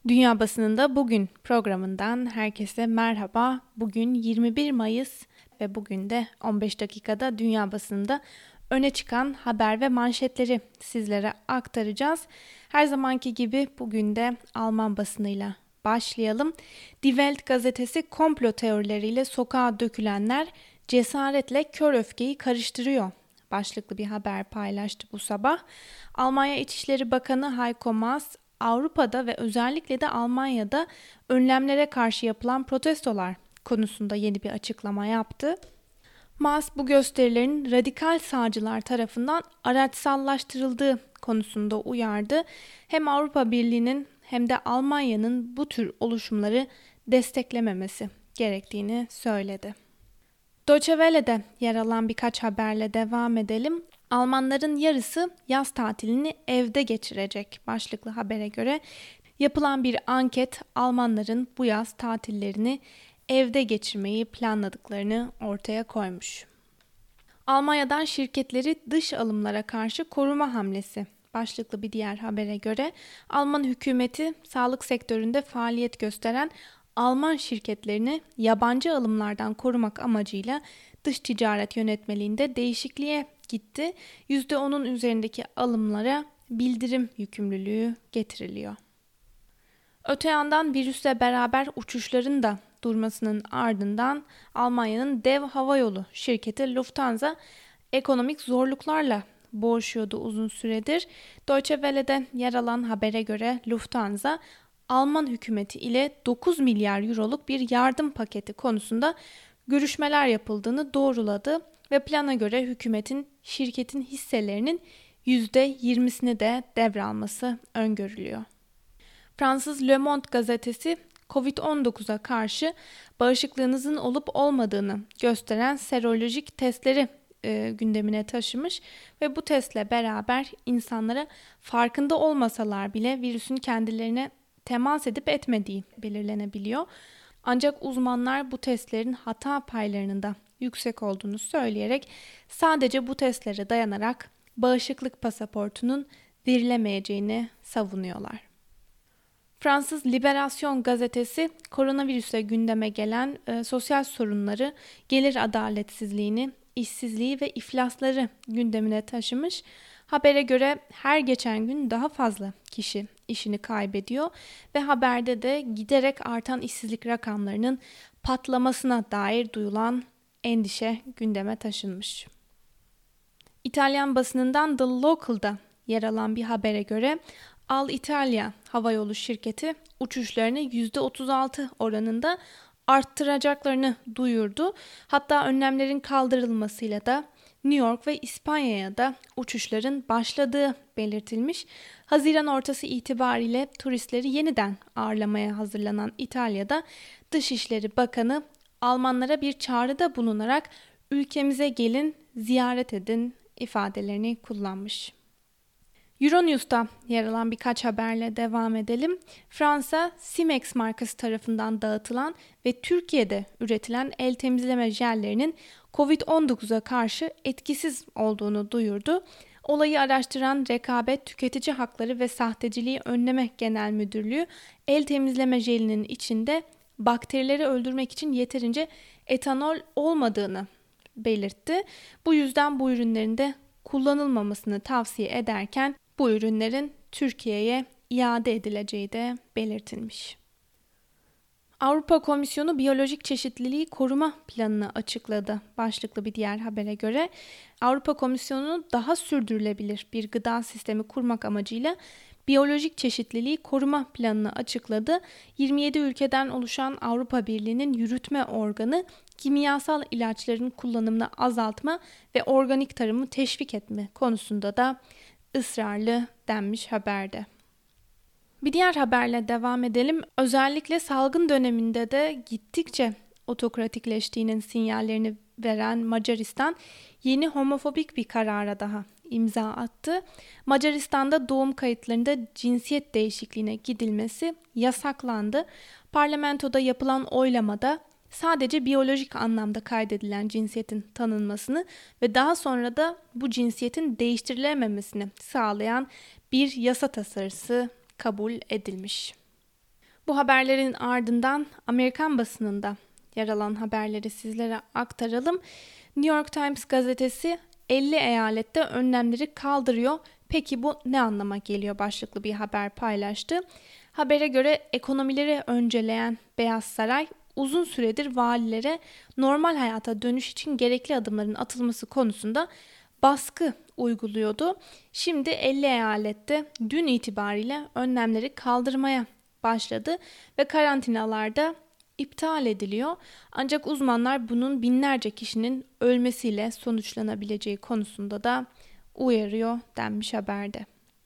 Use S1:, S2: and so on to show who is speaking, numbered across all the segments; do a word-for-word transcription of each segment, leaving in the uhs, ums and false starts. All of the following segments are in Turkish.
S1: Dünya Basınında Bugün programından herkese merhaba. Bugün yirmi bir Mayıs ve bugün de on beş dakikada Dünya Basınında öne çıkan haber ve manşetleri sizlere aktaracağız. Her zamanki gibi bugün de Alman basınıyla başlayalım. Die Welt gazetesi komplo teorileriyle sokağa dökülenler cesaretle kör öfkeyi karıştırıyor başlıklı bir haber paylaştı bu sabah. Almanya İçişleri Bakanı Heiko Maas, Avrupa'da ve özellikle de Almanya'da önlemlere karşı yapılan protestolar konusunda yeni bir açıklama yaptı. Maas bu gösterilerin radikal sağcılar tarafından araçsallaştırıldığı konusunda uyardı. Hem Avrupa Birliği'nin hem de Almanya'nın bu tür oluşumları desteklememesi gerektiğini söyledi. Deutsche Welle'de yer alan birkaç haberle devam edelim. Almanların yarısı yaz tatilini evde geçirecek başlıklı habere göre yapılan bir anket Almanların bu yaz tatillerini evde geçirmeyi planladıklarını ortaya koymuş. Almanya'dan şirketleri dış alımlara karşı koruma hamlesi başlıklı bir diğer habere göre Alman hükümeti sağlık sektöründe faaliyet gösteren Alman şirketlerini yabancı alımlardan korumak amacıyla dış ticaret yönetmeliğinde değişikliğe gitti. yüzde onun üzerindeki alımlara bildirim yükümlülüğü getiriliyor. Öte yandan virüsle beraber uçuşların da durmasının ardından Almanya'nın dev havayolu şirketi Lufthansa ekonomik zorluklarla boğuşuyordu uzun süredir. Deutsche Welle'de yer alan habere göre Lufthansa, Alman hükümeti ile dokuz milyar euroluk bir yardım paketi konusunda görüşmeler yapıldığını doğruladı ve plana göre hükümetin şirketin hisselerinin yüzde yirmisini de devralması öngörülüyor. Fransız Le Monde gazetesi kovid on dokuza karşı bağışıklığınızın olup olmadığını gösteren serolojik testleri e, gündemine taşımış ve bu testle beraber insanlara farkında olmasalar bile virüsün kendilerine temas edip etmediği belirlenebiliyor. Ancak uzmanlar bu testlerin hata paylarının da yüksek olduğunu söyleyerek sadece bu testlere dayanarak bağışıklık pasaportunun verilemeyeceğini savunuyorlar. Fransız Liberasyon gazetesi koronavirüse gündeme gelen e, sosyal sorunları, gelir adaletsizliğini, işsizliği ve iflasları gündemine taşımış. Habere göre her geçen gün daha fazla kişi işini kaybediyor ve haberde de giderek artan işsizlik rakamlarının patlamasına dair duyulan endişe gündeme taşınmış. İtalyan basınından The Local'da yer alan bir habere göre Alitalia havayolu şirketi uçuşlarını yüzde otuz altı oranında arttıracaklarını duyurdu. Hatta önlemlerin kaldırılmasıyla da New York ve İspanya'ya da uçuşların başladığı belirtilmiş. Haziran ortası itibariyle turistleri yeniden ağırlamaya hazırlanan İtalya'da Dışişleri Bakanı Almanlara bir çağrıda bulunarak ülkemize gelin, ziyaret edin ifadelerini kullanmış. Euronews'ta yer alan birkaç haberle devam edelim. Fransa, Simex markası tarafından dağıtılan ve Türkiye'de üretilen el temizleme jellerinin kovid on dokuza karşı etkisiz olduğunu duyurdu. Olayı araştıran Rekabet, Tüketici Hakları ve Sahteciliği Önleme Genel Müdürlüğü, el temizleme jelinin içinde bakterileri öldürmek için yeterince etanol olmadığını belirtti. Bu yüzden bu ürünlerin de kullanılmamasını tavsiye ederken bu ürünlerin Türkiye'ye iade edileceği de belirtilmiş. Avrupa Komisyonu Biyolojik Çeşitliliği Koruma Planını açıkladı. Başlıklı bir diğer habere göre Avrupa Komisyonu daha sürdürülebilir bir gıda sistemi kurmak amacıyla Biyolojik Çeşitliliği Koruma Planını açıkladı. yirmi yedi ülkeden oluşan Avrupa Birliği'nin yürütme organı kimyasal ilaçların kullanımını azaltma ve organik tarımı teşvik etme konusunda da ısrarlı denmiş haberde. Bir diğer haberle devam edelim. Özellikle salgın döneminde de gittikçe otokratikleştiğinin sinyallerini veren Macaristan yeni homofobik bir karara daha imza attı. Macaristan'da doğum kayıtlarında cinsiyet değişikliğine gidilmesi yasaklandı. Parlamentoda yapılan oylamada sadece biyolojik anlamda kaydedilen cinsiyetin tanınmasını ve daha sonra da bu cinsiyetin değiştirilememesini sağlayan bir yasa tasarısı kabul edilmiş. Bu haberlerin ardından Amerikan basınında yer alan haberleri sizlere aktaralım. New York Times gazetesi elli eyalette önlemleri kaldırıyor. Peki bu ne anlama geliyor başlıklı bir haber paylaştı. Habere göre ekonomileri önceleyen Beyaz Saray uzun süredir valilere normal hayata dönüş için gerekli adımların atılması konusunda baskı uyguluyordu. Şimdi elli eyalette dün itibariyle önlemleri kaldırmaya başladı ve karantinalarda iptal ediliyor. Ancak uzmanlar bunun binlerce kişinin ölmesiyle sonuçlanabileceği konusunda da uyarıyor denmiş haberde.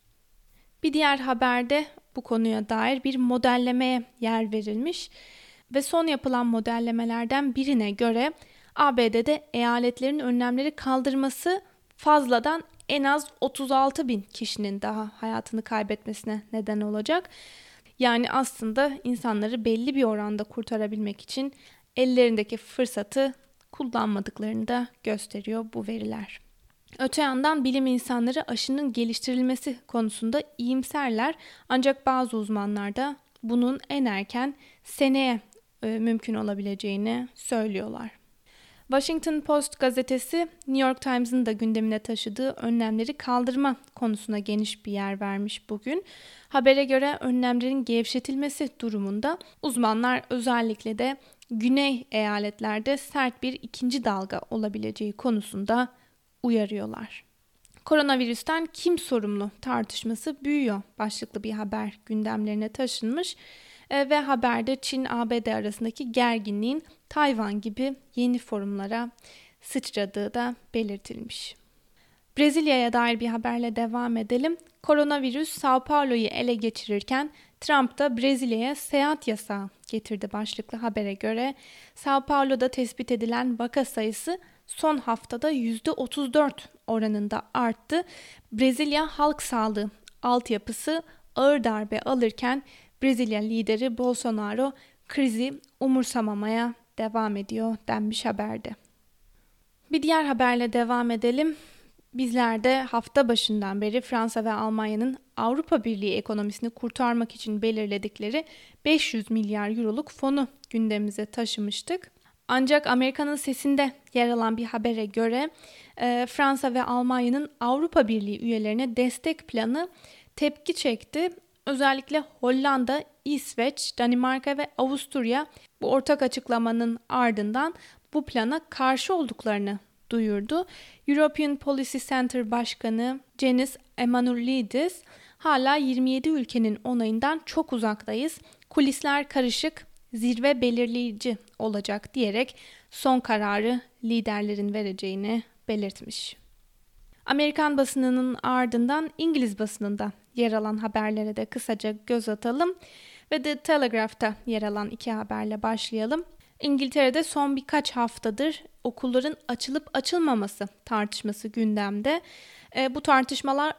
S1: Bir diğer haberde bu konuya dair bir modellemeye yer verilmiş ve son yapılan modellemelerden birine göre A B D'de eyaletlerin önlemleri kaldırması fazladan en az otuz altı bin kişinin daha hayatını kaybetmesine neden olacak. Yani aslında insanları belli bir oranda kurtarabilmek için ellerindeki fırsatı kullanmadıklarını da gösteriyor bu veriler. Öte yandan bilim insanları aşının geliştirilmesi konusunda iyimserler, ancak bazı uzmanlar da bunun en erken seneye e, mümkün olabileceğini söylüyorlar. Washington Post gazetesi New York Times'ın da gündemine taşıdığı önlemleri kaldırma konusuna geniş bir yer vermiş bugün. Habere göre önlemlerin gevşetilmesi durumunda uzmanlar özellikle de güney eyaletlerde sert bir ikinci dalga olabileceği konusunda uyarıyorlar. Koronavirüsten kim sorumlu tartışması büyüyor başlıklı bir haber gündemlerine taşınmış e, ve haberde Çin-A B D arasındaki gerginliğin Tayvan gibi yeni forumlara sıçradığı da belirtilmiş. Brezilya'ya dair bir haberle devam edelim. Koronavirüs Sao Paulo'yu ele geçirirken Trump da Brezilya'ya seyahat yasağı getirdi başlıklı habere göre. Sao Paulo'da tespit edilen vaka sayısı son haftada yüzde otuz dört oranında arttı. Brezilya halk sağlığı altyapısı ağır darbe alırken Brezilya lideri Bolsonaro krizi umursamamaya devam ediyor denmiş haberde. Bir diğer haberle devam edelim. Bizler de hafta başından beri Fransa ve Almanya'nın Avrupa Birliği ekonomisini kurtarmak için belirledikleri beş yüz milyar euroluk fonu gündemimize taşımıştık. Ancak Amerika'nın sesinde yer alan bir habere göre e, Fransa ve Almanya'nın Avrupa Birliği üyelerine destek planı tepki çekti. Özellikle Hollanda, İsveç, Danimarka ve Avusturya bu ortak açıklamanın ardından bu plana karşı olduklarını duyurdu. European Policy Center Başkanı Janis Emmanouilidis, hala yirmi yedi ülkenin onayından çok uzaktayız, kulisler karışık, zirve belirleyici olacak diyerek son kararı liderlerin vereceğini belirtmiş. Amerikan basınının ardından İngiliz basınında yer alan haberlere de kısaca göz atalım ve The Telegraph'ta yer alan iki haberle başlayalım. İngiltere'de son birkaç haftadır okulların açılıp açılmaması tartışması gündemde. E, bu tartışmalar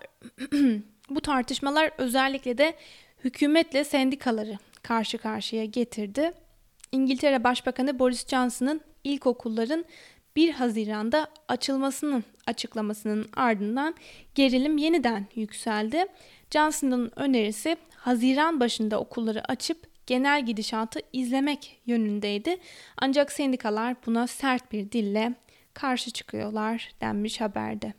S1: bu tartışmalar özellikle de hükümetle sendikaları karşı karşıya getirdi. İngiltere Başbakanı Boris Johnson'ın ilkokulların bir Haziran'da açılmasının açıklamasının ardından gerilim yeniden yükseldi. Johnson'ın önerisi Haziran başında okulları açıp genel gidişatı izlemek yönündeydi. Ancak sendikalar buna sert bir dille karşı çıkıyorlar denmiş haberde.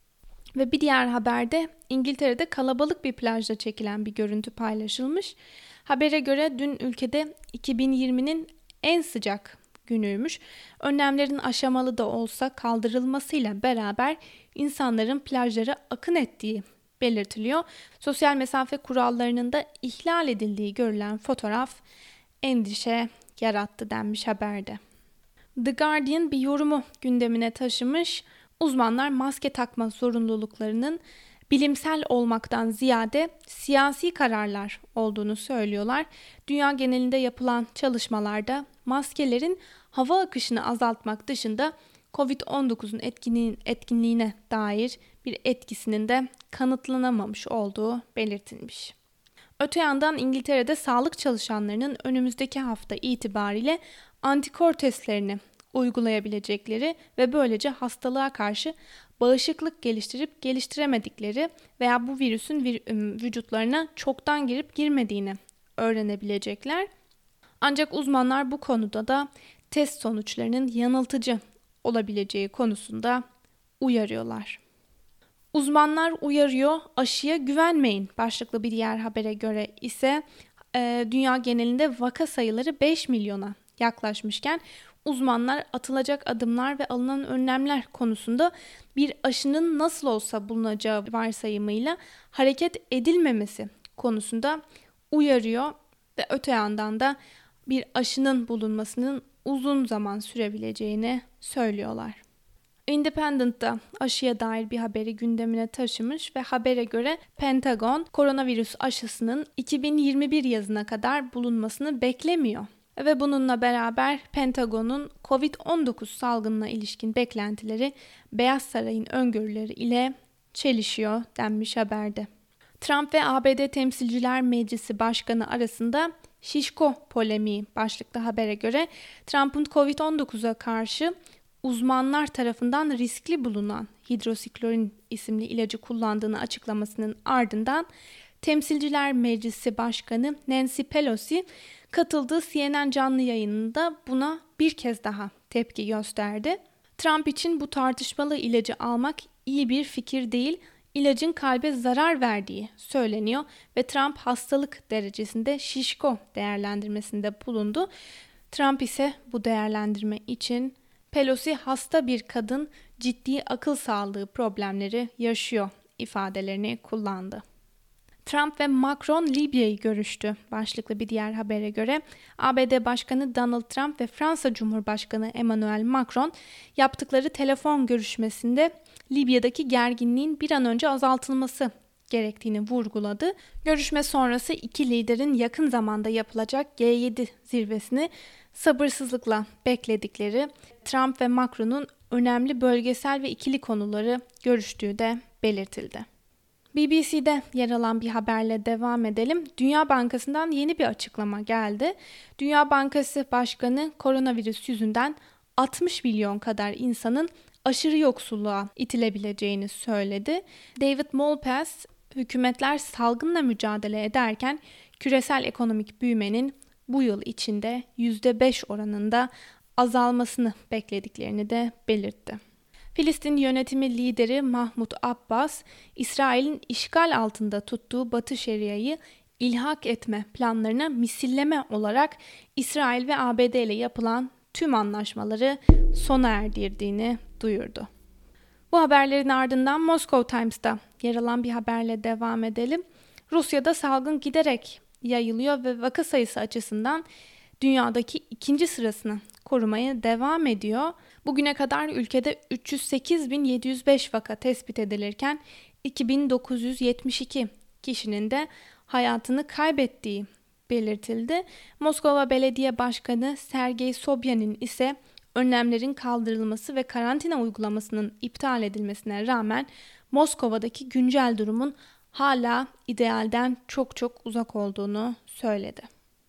S1: Ve bir diğer haberde İngiltere'de kalabalık bir plajda çekilen bir görüntü paylaşılmış. Habere göre dün ülkede iki bin yirminin en sıcak günüymüş. Önlemlerin aşamalı da olsa kaldırılmasıyla beraber insanların plajlara akın ettiği belirtiliyor. Sosyal mesafe kurallarının da ihlal edildiği görülen fotoğraf endişe yarattı denmiş haberde. The Guardian bir yorumu gündemine taşımış. Uzmanlar maske takma zorunluluklarının bilimsel olmaktan ziyade siyasi kararlar olduğunu söylüyorlar. Dünya genelinde yapılan çalışmalarda maskelerin hava akışını azaltmak dışında kovid on dokuzun etkinliğin, etkinliğine dair bir etkisinin de kanıtlanamamış olduğu belirtilmiş. Öte yandan İngiltere'de sağlık çalışanlarının önümüzdeki hafta itibariyle antikor testlerini uygulayabilecekleri ve böylece hastalığa karşı bağışıklık geliştirip geliştiremedikleri veya bu virüsün vücutlarına çoktan girip girmediğini öğrenebilecekler. Ancak uzmanlar bu konuda da test sonuçlarının yanıltıcı olabileceği konusunda uyarıyorlar. Uzmanlar uyarıyor, aşıya güvenmeyin başlıklı bir diğer habere göre ise e, dünya genelinde vaka sayıları beş milyona yaklaşmışken uzmanlar atılacak adımlar ve alınan önlemler konusunda bir aşının nasıl olsa bulunacağı varsayımıyla hareket edilmemesi konusunda uyarıyor ve öte yandan da bir aşının bulunmasının uzun zaman sürebileceğini söylüyorlar. Independent'ta aşıya dair bir haberi gündemine taşımış ve habere göre Pentagon koronavirüs aşısının iki bin yirmi bir yazına kadar bulunmasını beklemiyor. Ve bununla beraber Pentagon'un kovid on dokuz salgınına ilişkin beklentileri Beyaz Saray'ın öngörüleri ile çelişiyor denmiş haberde. Trump ve A B D Temsilciler Meclisi Başkanı arasında şişko polemiği başlıklı habere göre Trump'ın kovid on dokuza karşı uzmanlar tarafından riskli bulunan hidrosiklorin isimli ilacı kullandığını açıklamasının ardından Temsilciler Meclisi Başkanı Nancy Pelosi katıldığı C N N canlı yayınında buna bir kez daha tepki gösterdi. Trump için bu tartışmalı ilacı almak iyi bir fikir değil, ilacın kalbe zarar verdiği söyleniyor ve Trump hastalık derecesinde şişko değerlendirmesinde bulundu. Trump ise bu değerlendirme için Pelosi hasta bir kadın, ciddi akıl sağlığı problemleri yaşıyor ifadelerini kullandı. Trump ve Macron Libya'yı görüştü başlıklı bir diğer habere göre A B D Başkanı Donald Trump ve Fransa Cumhurbaşkanı Emmanuel Macron yaptıkları telefon görüşmesinde Libya'daki gerginliğin bir an önce azaltılması gerektiğini vurguladı. Görüşme sonrası iki liderin yakın zamanda yapılacak G yedi zirvesini sabırsızlıkla bekledikleri, Trump ve Macron'un önemli bölgesel ve ikili konuları görüştüğü de belirtildi. B B C'de yer alan bir haberle devam edelim. Dünya Bankası'ndan yeni bir açıklama geldi. Dünya Bankası Başkanı koronavirüs yüzünden altmış milyon kadar insanın aşırı yoksulluğa itilebileceğini söyledi. David Malpass, hükümetler salgınla mücadele ederken küresel ekonomik büyümenin bu yıl içinde yüzde beş oranında azalmasını beklediklerini de belirtti. Filistin yönetimi lideri Mahmut Abbas, İsrail'in işgal altında tuttuğu Batı Şeria'yı ilhak etme planlarına misilleme olarak İsrail ve A B D ile yapılan tüm anlaşmaları sona erdirdiğini duyurdu. Bu haberlerin ardından Moscow Times'ta yer alan bir haberle devam edelim. Rusya'da salgın giderek yayılıyor ve vaka sayısı açısından dünyadaki ikinci sırasını korumaya devam ediyor. Bugüne kadar ülkede üç yüz sekiz bin yedi yüz beş vaka tespit edilirken iki bin dokuz yüz yetmiş iki kişinin de hayatını kaybettiği belirtildi. Moskova Belediye Başkanı Sergey Sobyanin ise önlemlerin kaldırılması ve karantina uygulamasının iptal edilmesine rağmen Moskova'daki güncel durumun hala idealden çok çok uzak olduğunu söyledi.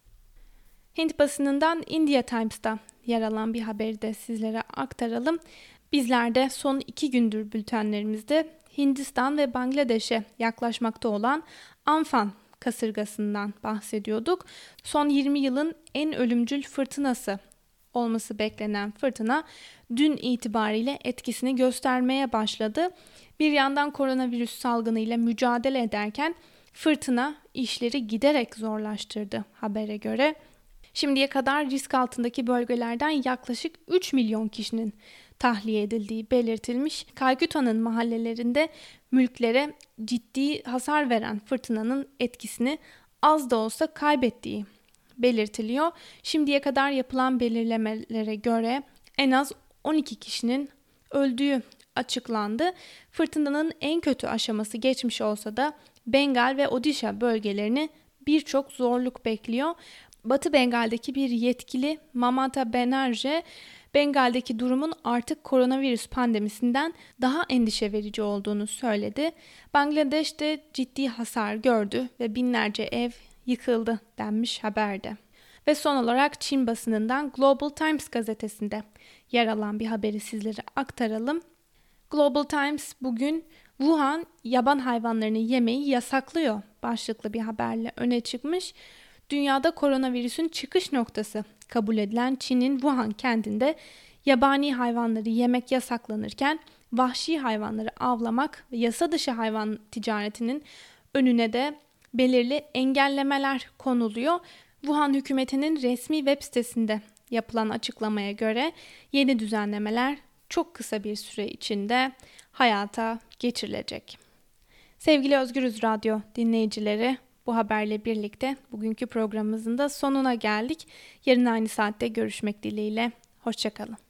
S1: Hint basınından India Times'ta yer alan bir haberi de sizlere aktaralım. Bizler de son iki gündür bültenlerimizde Hindistan ve Bangladeş'e yaklaşmakta olan Amphan kasırgasından bahsediyorduk. Son yirmi yılın en ölümcül fırtınası olması beklenen fırtına dün itibariyle etkisini göstermeye başladı. Bir yandan koronavirüs salgınıyla mücadele ederken fırtına işleri giderek zorlaştırdı habere göre. Şimdiye kadar risk altındaki bölgelerden yaklaşık üç milyon kişinin tahliye edildiği belirtilmiş. Kalküta'nın mahallelerinde mülklere ciddi hasar veren fırtınanın etkisini az da olsa kaybettiği belirtiliyor. Şimdiye kadar yapılan belirlemelere göre en az on iki kişinin öldüğü açıklandı. Fırtınanın en kötü aşaması geçmiş olsa da Bengal ve Odisha bölgelerini birçok zorluk bekliyor. Batı Bengal'deki bir yetkili Mamata Banerjee, Bengal'deki durumun artık koronavirüs pandemisinden daha endişe verici olduğunu söyledi. Bangladeş'te ciddi hasar gördü ve binlerce ev yıkıldı denmiş haberde. Ve son olarak Çin basınından Global Times gazetesinde yer alan bir haberi sizlere aktaralım. Global Times bugün Wuhan yaban hayvanlarını yemeyi yasaklıyor başlıklı bir haberle öne çıkmış. dünyada koronavirüsün çıkış noktası kabul edilen Çin'in Wuhan kentinde yabani hayvanları yemek yasaklanırken vahşi hayvanları avlamak ve yasa dışı hayvan ticaretinin önüne de belirli engellemeler konuluyor. Wuhan hükümetinin resmi web sitesinde yapılan açıklamaya göre yeni düzenlemeler çok kısa bir süre içinde hayata geçirilecek. Sevgili Özgürüz Radyo dinleyicileri, bu haberle birlikte bugünkü programımızın da sonuna geldik. Yarın aynı saatte görüşmek dileğiyle. Hoşça kalın.